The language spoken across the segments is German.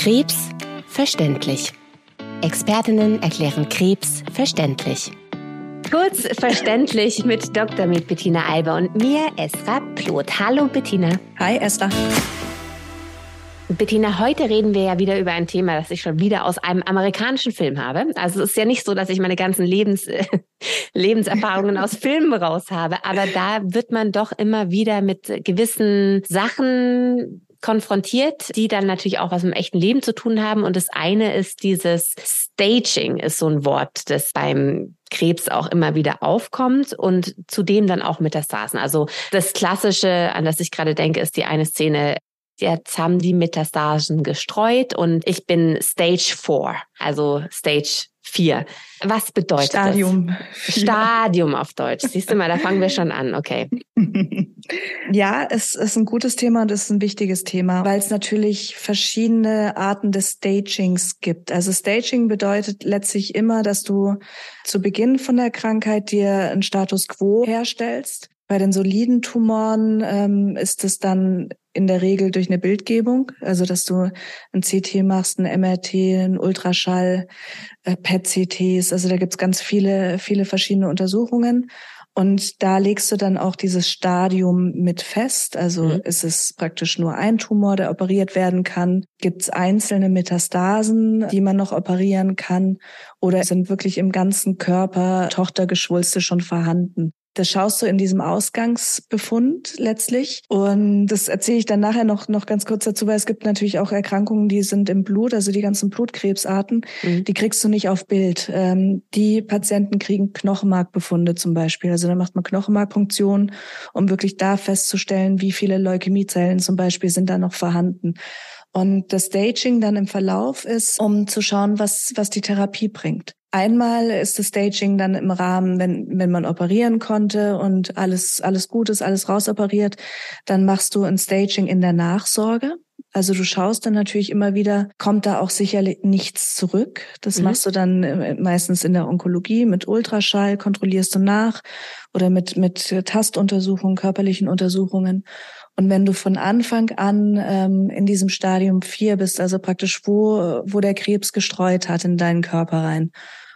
Krebs verständlich. Expertinnen erklären Krebs verständlich. Kurz verständlich mit Dr. Med Bettina Alber und mir, Esra Ploth. Hallo Bettina. Hi Esther. Bettina, heute reden wir ja wieder über ein Thema, das ich schon wieder aus einem amerikanischen Film habe. Also es ist ja nicht so, dass ich meine ganzen Lebenserfahrungen aus Filmen raus habe, aber da wird man doch immer wieder mit gewissen Sachen konfrontiert, die dann natürlich auch was mit dem echten Leben zu tun haben. Und das eine ist dieses Staging, ist so ein Wort, das beim Krebs auch immer wieder aufkommt und zudem dann auch Metastasen. Also das Klassische, an das ich gerade denke, ist die eine Szene: Jetzt haben die Metastasen gestreut und ich bin Stage 4, also Stage 4. Was bedeutet Stadium das? Stadium auf Deutsch. Siehst du mal, da fangen wir schon an, okay. Ja, es ist ein gutes Thema und es ist ein wichtiges Thema, weil es natürlich verschiedene Arten des Stagings gibt. Also Staging bedeutet letztlich immer, dass du zu Beginn von der Krankheit dir einen Status quo herstellst. Bei den soliden Tumoren ist es dann in der Regel durch eine Bildgebung, also dass du ein CT machst, ein MRT, ein Ultraschall, PET-CTs, also da gibt's ganz viele verschiedene Untersuchungen. Und da legst du dann auch dieses Stadium mit fest. Also ist es praktisch nur ein Tumor, der operiert werden kann? Gibt es einzelne Metastasen, die man noch operieren kann? Oder sind wirklich im ganzen Körper Tochtergeschwulste schon vorhanden? Das schaust du in diesem Ausgangsbefund letztlich. Und das erzähle ich dann nachher noch ganz kurz dazu, weil es gibt natürlich auch Erkrankungen, die sind im Blut, also die ganzen Blutkrebsarten, die kriegst du nicht auf Bild. Die Patienten kriegen Knochenmarkbefunde zum Beispiel. Also da macht man Knochenmarkpunktion, um wirklich da festzustellen, wie viele Leukämiezellen zum Beispiel sind da noch vorhanden. Und das Staging dann im Verlauf ist, um zu schauen, was die Therapie bringt. Einmal ist das Staging dann im Rahmen, wenn man operieren konnte und alles gut ist, alles rausoperiert, dann machst du ein Staging in der Nachsorge. Also du schaust dann natürlich immer wieder, kommt da auch sicherlich nichts zurück. Das machst du dann meistens in der Onkologie mit Ultraschall, kontrollierst du nach oder mit Tastuntersuchungen, körperlichen Untersuchungen. Und wenn du von Anfang an in diesem Stadium 4 bist, also praktisch wo der Krebs gestreut hat in deinen Körper rein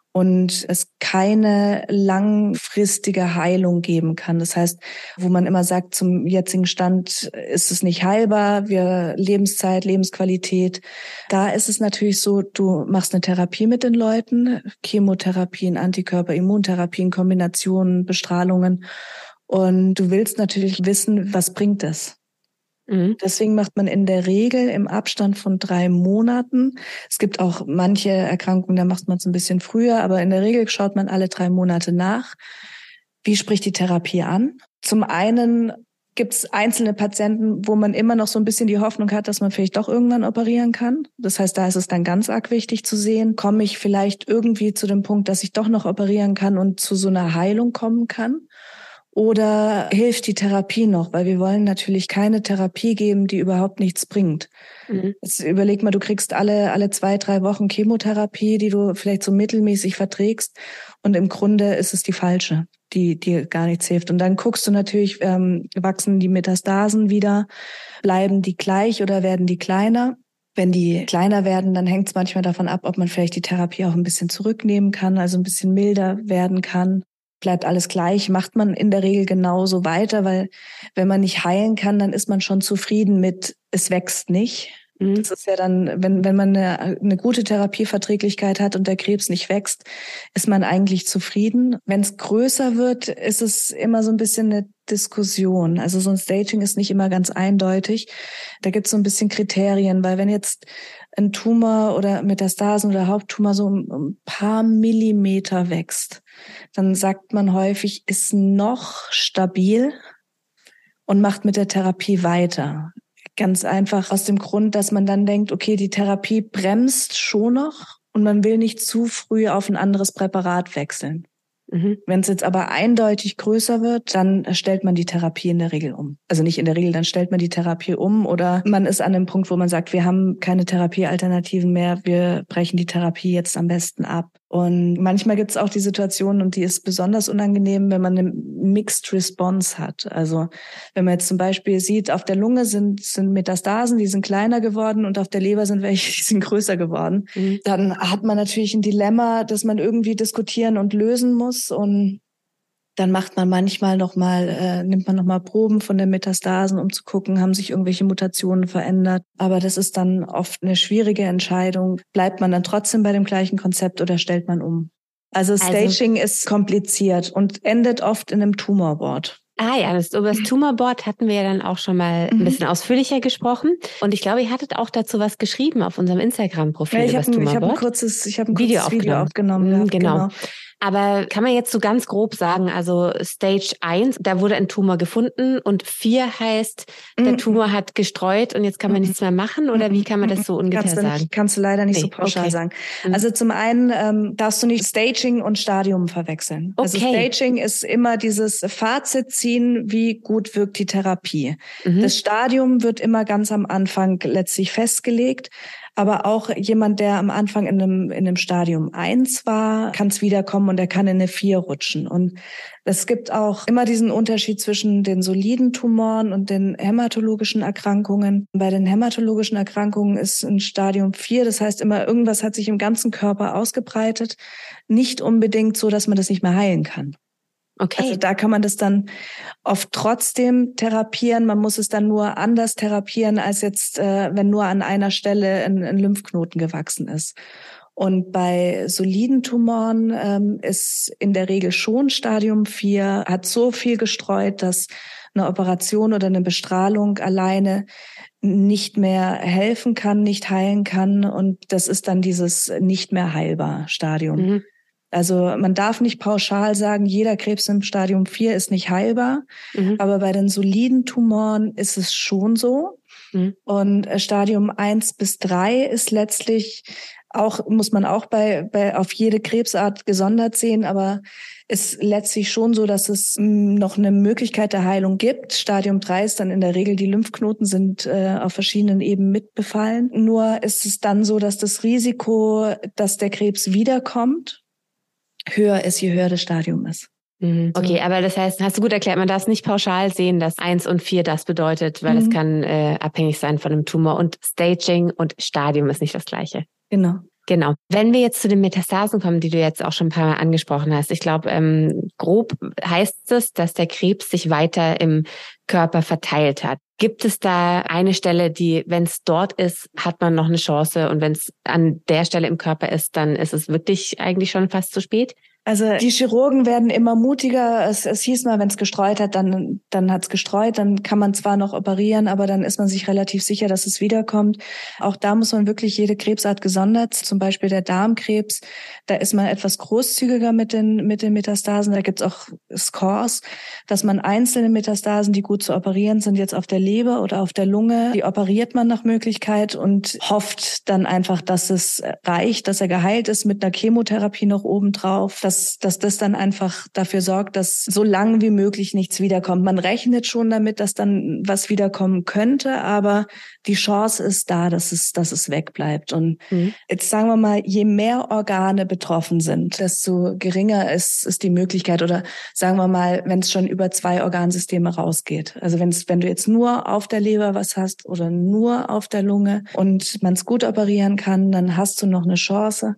und es keine langfristige Heilung geben kann. Das heißt, wo man immer sagt, zum jetzigen Stand ist es nicht heilbar, Lebenszeit, Lebensqualität. Da ist es natürlich so, du machst eine Therapie mit den Leuten, Chemotherapien, Antikörper, Immuntherapien, Kombinationen, Bestrahlungen. Und du willst natürlich wissen, was bringt es? Deswegen macht man in der Regel im Abstand von 3 Monaten. Es gibt auch manche Erkrankungen, da macht man es ein bisschen früher, aber in der Regel schaut man alle 3 Monate nach. Wie spricht die Therapie an? Zum einen gibt es einzelne Patienten, wo man immer noch so ein bisschen die Hoffnung hat, dass man vielleicht doch irgendwann operieren kann. Das heißt, da ist es dann ganz arg wichtig zu sehen, komme ich vielleicht irgendwie zu dem Punkt, dass ich doch noch operieren kann und zu so einer Heilung kommen kann? Oder hilft die Therapie noch? Weil wir wollen natürlich keine Therapie geben, die überhaupt nichts bringt. Jetzt überleg mal, du kriegst alle 2-3 Wochen Chemotherapie, die du vielleicht so mittelmäßig verträgst. Und im Grunde ist es die falsche, die dir gar nichts hilft. Und dann guckst du natürlich, wachsen die Metastasen wieder, bleiben die gleich oder werden die kleiner? Wenn die kleiner werden, dann hängt es manchmal davon ab, ob man vielleicht die Therapie auch ein bisschen zurücknehmen kann, also ein bisschen milder werden kann. Bleibt alles gleich, macht man in der Regel genauso weiter, weil wenn man nicht heilen kann, dann ist man schon zufrieden mit, es wächst nicht. Das ist ja dann, wenn man eine gute Therapieverträglichkeit hat und der Krebs nicht wächst, ist man eigentlich zufrieden. Wenn es größer wird, ist es immer so ein bisschen eine Diskussion. Also so ein Staging ist nicht immer ganz eindeutig. Da gibt es so ein bisschen Kriterien, weil wenn jetzt ein Tumor oder Metastasen oder Haupttumor so um ein paar Millimeter wächst, dann sagt man häufig, ist noch stabil und macht mit der Therapie weiter. Ganz einfach aus dem Grund, dass man dann denkt, okay, die Therapie bremst schon noch und man will nicht zu früh auf ein anderes Präparat wechseln. Wenn es jetzt aber eindeutig größer wird, dann stellt man die Therapie in der Regel um. Also nicht in der Regel, dann stellt man die Therapie um oder man ist an einem Punkt, wo man sagt, wir haben keine Therapiealternativen mehr, wir brechen die Therapie jetzt am besten ab. Und manchmal gibt es auch die Situation, und die ist besonders unangenehm, wenn man eine Mixed Response hat. Also wenn man jetzt zum Beispiel sieht, auf der Lunge sind Metastasen, die sind kleiner geworden, und auf der Leber sind welche, die sind größer geworden. Dann hat man natürlich ein Dilemma, das man irgendwie diskutieren und lösen muss. Und dann macht man manchmal nimmt man nochmal Proben von den Metastasen, um zu gucken, haben sich irgendwelche Mutationen verändert. Aber das ist dann oft eine schwierige Entscheidung. Bleibt man dann trotzdem bei dem gleichen Konzept oder stellt man um? Also Staging ist kompliziert und endet oft in einem Tumorboard. Über das Tumorboard hatten wir ja dann auch schon mal ein bisschen ausführlicher gesprochen. Und ich glaube, ihr hattet auch dazu was geschrieben auf unserem Instagram-Profil über das Tumorboard. Ich habe ein kurzes Video aufgenommen. Genau. Aber kann man jetzt so ganz grob sagen, also Stage 1, da wurde ein Tumor gefunden, und 4 heißt, der Tumor hat gestreut und jetzt kann man nichts mehr machen? Oder wie kann man das so ungefähr sagen? Kannst du leider nicht so pauschal sagen. Also zum einen darfst du nicht Staging und Stadium verwechseln. Also Staging ist immer dieses Fazit ziehen, wie gut wirkt die Therapie. Das Stadium wird immer ganz am Anfang letztlich festgelegt. Aber auch jemand, der am Anfang in einem Stadium 1 war, kann es wiederkommen und er kann in eine 4 rutschen. Und es gibt auch immer diesen Unterschied zwischen den soliden Tumoren und den hämatologischen Erkrankungen. Bei den hämatologischen Erkrankungen ist ein Stadium 4, das heißt immer, irgendwas hat sich im ganzen Körper ausgebreitet. Nicht unbedingt so, dass man das nicht mehr heilen kann. Okay. Also da kann man das dann oft trotzdem therapieren. Man muss es dann nur anders therapieren, als jetzt, wenn nur an einer Stelle ein Lymphknoten gewachsen ist. Und bei soliden Tumoren ist in der Regel schon Stadium 4, hat so viel gestreut, dass eine Operation oder eine Bestrahlung alleine nicht mehr helfen kann, nicht heilen kann. Und das ist dann dieses nicht mehr heilbar Stadium. Also man darf nicht pauschal sagen, jeder Krebs im Stadium 4 ist nicht heilbar. Aber bei den soliden Tumoren ist es schon so. Und Stadium 1 bis 3 ist letztlich auch, muss man auch auf jede Krebsart gesondert sehen, aber ist letztlich schon so, dass es noch eine Möglichkeit der Heilung gibt. Stadium 3 ist dann in der Regel, die Lymphknoten sind auf verschiedenen Ebenen mitbefallen. Nur ist es dann so, dass das Risiko, dass der Krebs wiederkommt, höher ist, je höher das Stadium ist. Okay, aber das heißt, hast du gut erklärt, man darf es nicht pauschal sehen, dass 1 und 4 das bedeutet, weil es kann abhängig sein von dem Tumor, und Staging und Stadium ist nicht das Gleiche. Genau. Wenn wir jetzt zu den Metastasen kommen, die du jetzt auch schon ein paar Mal angesprochen hast, ich glaube, grob heißt es, dass der Krebs sich weiter im Körper verteilt hat. Gibt es da eine Stelle, die, wenn es dort ist, hat man noch eine Chance, und wenn es an der Stelle im Körper ist, dann ist es wirklich eigentlich schon fast zu spät? Also die Chirurgen werden immer mutiger. Es hieß mal, wenn es gestreut hat, dann hat es gestreut. Dann kann man zwar noch operieren, aber dann ist man sich relativ sicher, dass es wiederkommt. Auch da muss man wirklich jede Krebsart gesondert, zum Beispiel der Darmkrebs, da ist man etwas großzügiger mit den Metastasen. Da gibt es auch Scores, dass man einzelne Metastasen, die gut zu operieren sind, jetzt auf der Leber oder auf der Lunge, die operiert man nach Möglichkeit und hofft dann einfach, dass es reicht, dass er geheilt ist mit einer Chemotherapie noch obendrauf, dass das dann einfach dafür sorgt, dass so lang wie möglich nichts wiederkommt. Man rechnet schon damit, dass dann was wiederkommen könnte, aber die Chance ist da, dass es wegbleibt. Und jetzt sagen wir mal, je mehr Organe betroffen sind, desto geringer ist die Möglichkeit, oder sagen wir mal, wenn es schon über 2 Organsysteme rausgeht. Also wenn du jetzt nur auf der Leber was hast oder nur auf der Lunge und man es gut operieren kann, dann hast du noch eine Chance.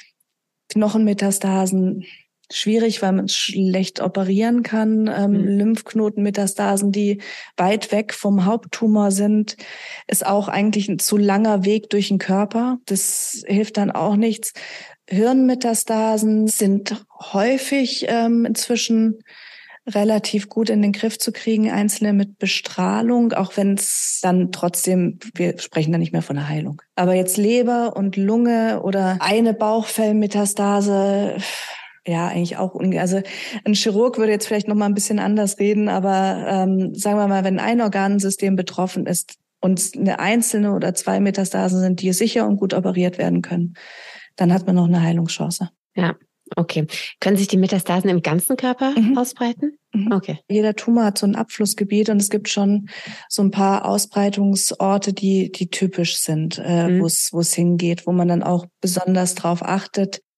Knochenmetastasen, schwierig, weil man schlecht operieren kann. Lymphknotenmetastasen, die weit weg vom Haupttumor sind, ist auch eigentlich ein zu langer Weg durch den Körper. Das hilft dann auch nichts. Hirnmetastasen sind häufig inzwischen relativ gut in den Griff zu kriegen, einzelne mit Bestrahlung, auch wenn es dann trotzdem, wir sprechen da nicht mehr von einer Heilung. Aber jetzt Leber und Lunge oder eine Bauchfellmetastase, ja, eigentlich auch, also ein Chirurg würde jetzt vielleicht noch mal ein bisschen anders reden, aber sagen wir mal, wenn ein Organsystem betroffen ist und eine einzelne oder 2 Metastasen sind, die sicher und gut operiert werden können, dann hat man noch eine Heilungschance. Ja. Okay. Können sich die Metastasen im ganzen Körper ausbreiten? Okay. Jeder Tumor hat so ein Abflussgebiet und es gibt schon so ein paar Ausbreitungsorte, die typisch sind, wo es hingeht, wo man dann auch besonders drauf achtet.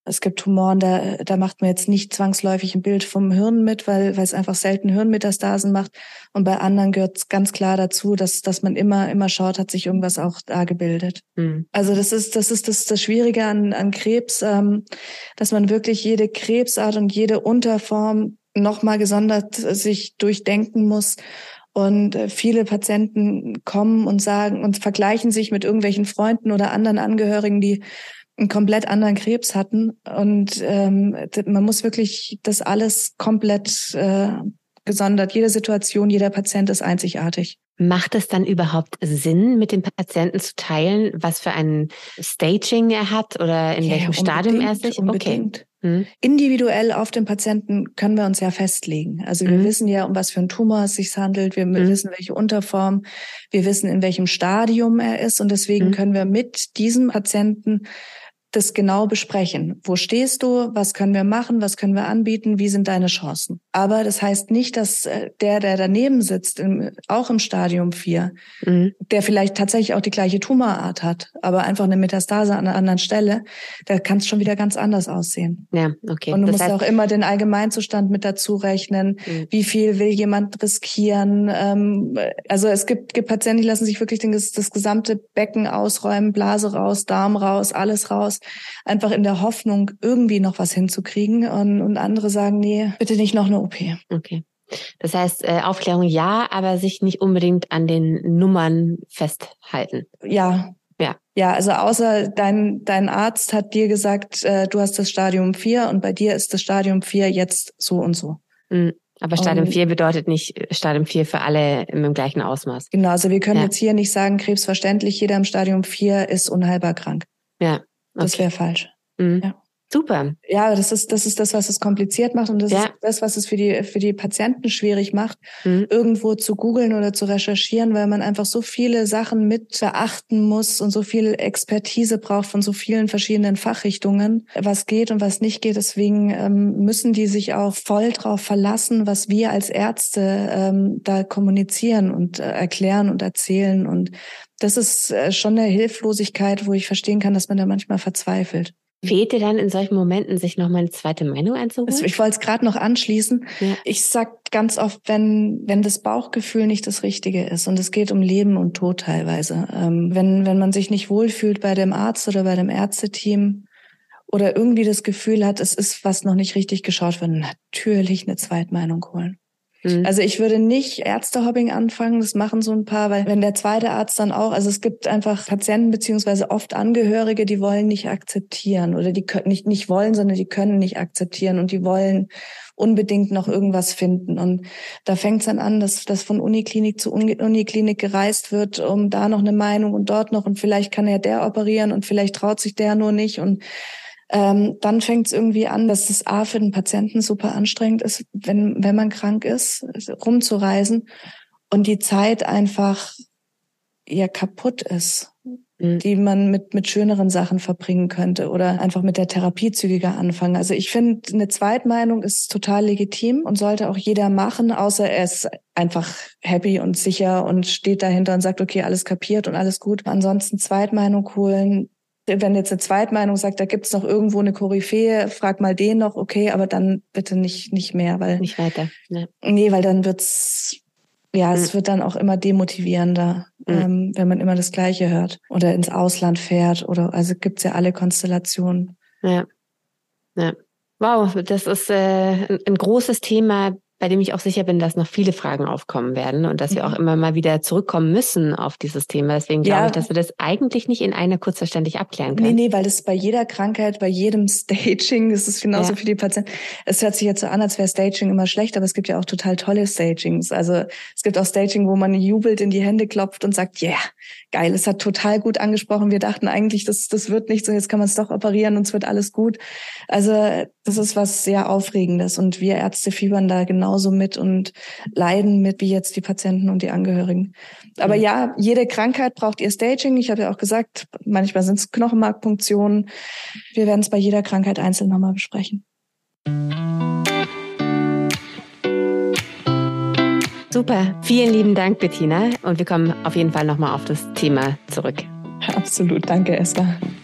Es gibt Tumoren, da macht man jetzt nicht zwangsläufig ein Bild vom Hirn mit, weil es einfach selten Hirnmetastasen macht. Und bei anderen gehört es ganz klar dazu, dass man immer schaut, hat sich irgendwas auch da gebildet. Also das ist das Schwierige an Krebs, dass man wirklich jede Krebsart und jede Unterform nochmal gesondert sich durchdenken muss. Und viele Patienten kommen und sagen und vergleichen sich mit irgendwelchen Freunden oder anderen Angehörigen, die einen komplett anderen Krebs hatten. Und man muss wirklich das alles komplett gesondert. Jede Situation, jeder Patient ist einzigartig. Macht es dann überhaupt Sinn, mit dem Patienten zu teilen, was für ein Staging er hat oder in welchem Stadium er sich? Unbedingt. Okay. Individuell auf den Patienten können wir uns ja festlegen. Also wir wissen ja, um was für ein Tumor es sich handelt. Wir wissen, welche Unterform. Wir wissen, in welchem Stadium er ist. Und deswegen können wir mit diesem Patienten das genau besprechen. Wo stehst du? Was können wir machen? Was können wir anbieten? Wie sind deine Chancen? Aber das heißt nicht, dass der daneben sitzt, auch im Stadium 4, der vielleicht tatsächlich auch die gleiche Tumorart hat, aber einfach eine Metastase an einer anderen Stelle, da kann es schon wieder ganz anders aussehen. Ja, okay. Und du musst auch immer den Allgemeinzustand mit dazu rechnen. Wie viel will jemand riskieren? Also es gibt Patienten, die lassen sich wirklich das gesamte Becken ausräumen, Blase raus, Darm raus, alles raus. Einfach in der Hoffnung, irgendwie noch was hinzukriegen. Und andere sagen, nee, bitte nicht noch eine OP. Okay. Das heißt, Aufklärung ja, aber sich nicht unbedingt an den Nummern festhalten. Ja. Ja, also außer dein Arzt hat dir gesagt, du hast das Stadium 4 und bei dir ist das Stadium 4 jetzt so und so. Aber Stadium 4 bedeutet nicht Stadium 4 für alle im gleichen Ausmaß. Genau, also wir können jetzt hier nicht sagen, krebsverständlich, jeder im Stadium 4 ist unheilbar krank. Ja. Okay. Das wäre falsch. Ja. Super. Ja, das ist das, was es kompliziert macht und das ist das, was es für die Patienten schwierig macht, irgendwo zu googeln oder zu recherchieren, weil man einfach so viele Sachen mit beachten muss und so viel Expertise braucht von so vielen verschiedenen Fachrichtungen, was geht und was nicht geht. Deswegen müssen die sich auch voll drauf verlassen, was wir als Ärzte da kommunizieren und erklären und erzählen. Und das ist schon eine Hilflosigkeit, wo ich verstehen kann, dass man da manchmal verzweifelt. Fehlt dir dann in solchen Momenten, sich noch mal eine zweite Meinung einzuholen? Ich wollte es gerade noch anschließen. Ja. Ich sag ganz oft, wenn das Bauchgefühl nicht das Richtige ist und es geht um Leben und Tod teilweise, wenn man sich nicht wohlfühlt bei dem Arzt oder bei dem Ärzteteam oder irgendwie das Gefühl hat, es ist was noch nicht richtig geschaut wird, natürlich eine Zweitmeinung holen. Also ich würde nicht Ärztehopping anfangen, das machen so ein paar, weil wenn der zweite Arzt dann auch, also es gibt einfach Patienten beziehungsweise oft Angehörige, die wollen nicht akzeptieren oder die können nicht wollen, sondern die können nicht akzeptieren und die wollen unbedingt noch irgendwas finden. Und da fängt es dann an, dass von Uniklinik zu Uniklinik gereist wird, um da noch eine Meinung und dort noch und vielleicht kann ja der operieren und vielleicht traut sich der nur nicht und dann fängt es irgendwie an, dass es für den Patienten super anstrengend ist, wenn man krank ist, rumzureisen und die Zeit einfach kaputt ist, die man mit schöneren Sachen verbringen könnte oder einfach mit der Therapie zügiger anfangen. Also ich finde, eine Zweitmeinung ist total legitim und sollte auch jeder machen, außer er ist einfach happy und sicher und steht dahinter und sagt, okay, alles kapiert und alles gut. Ansonsten Zweitmeinung holen. Wenn jetzt eine Zweitmeinung sagt, da gibt's noch irgendwo eine Koryphäe, frag mal den noch, okay, aber dann bitte nicht mehr, weil nicht weiter. Ja. Nee, weil dann es wird dann auch immer demotivierender, wenn man immer das Gleiche hört oder ins Ausland fährt oder also gibt's ja alle Konstellationen. Ja. Wow, das ist ein großes Thema, bei dem ich auch sicher bin, dass noch viele Fragen aufkommen werden und dass wir auch immer mal wieder zurückkommen müssen auf dieses Thema. Deswegen glaube ich, dass wir das eigentlich nicht in einer kurzverständlich abklären können. Nee, weil das bei jeder Krankheit, bei jedem Staging, das ist genauso für die Patienten. Es hört sich jetzt so an, als wäre Staging immer schlecht, aber es gibt ja auch total tolle Stagings. Also es gibt auch Staging, wo man jubelt, in die Hände klopft und sagt, geil, es hat total gut angesprochen. Wir dachten eigentlich, das wird nichts und jetzt kann man es doch operieren und es wird alles gut. Also das ist was sehr Aufregendes und wir Ärzte fiebern da genauso mit und leiden mit wie jetzt die Patienten und die Angehörigen. Aber ja, jede Krankheit braucht ihr Staging. Ich habe ja auch gesagt, manchmal sind es Knochenmarkpunktionen. Wir werden es bei jeder Krankheit einzeln nochmal besprechen. Super, vielen lieben Dank, Bettina. Und wir kommen auf jeden Fall nochmal auf das Thema zurück. Absolut, danke Esther.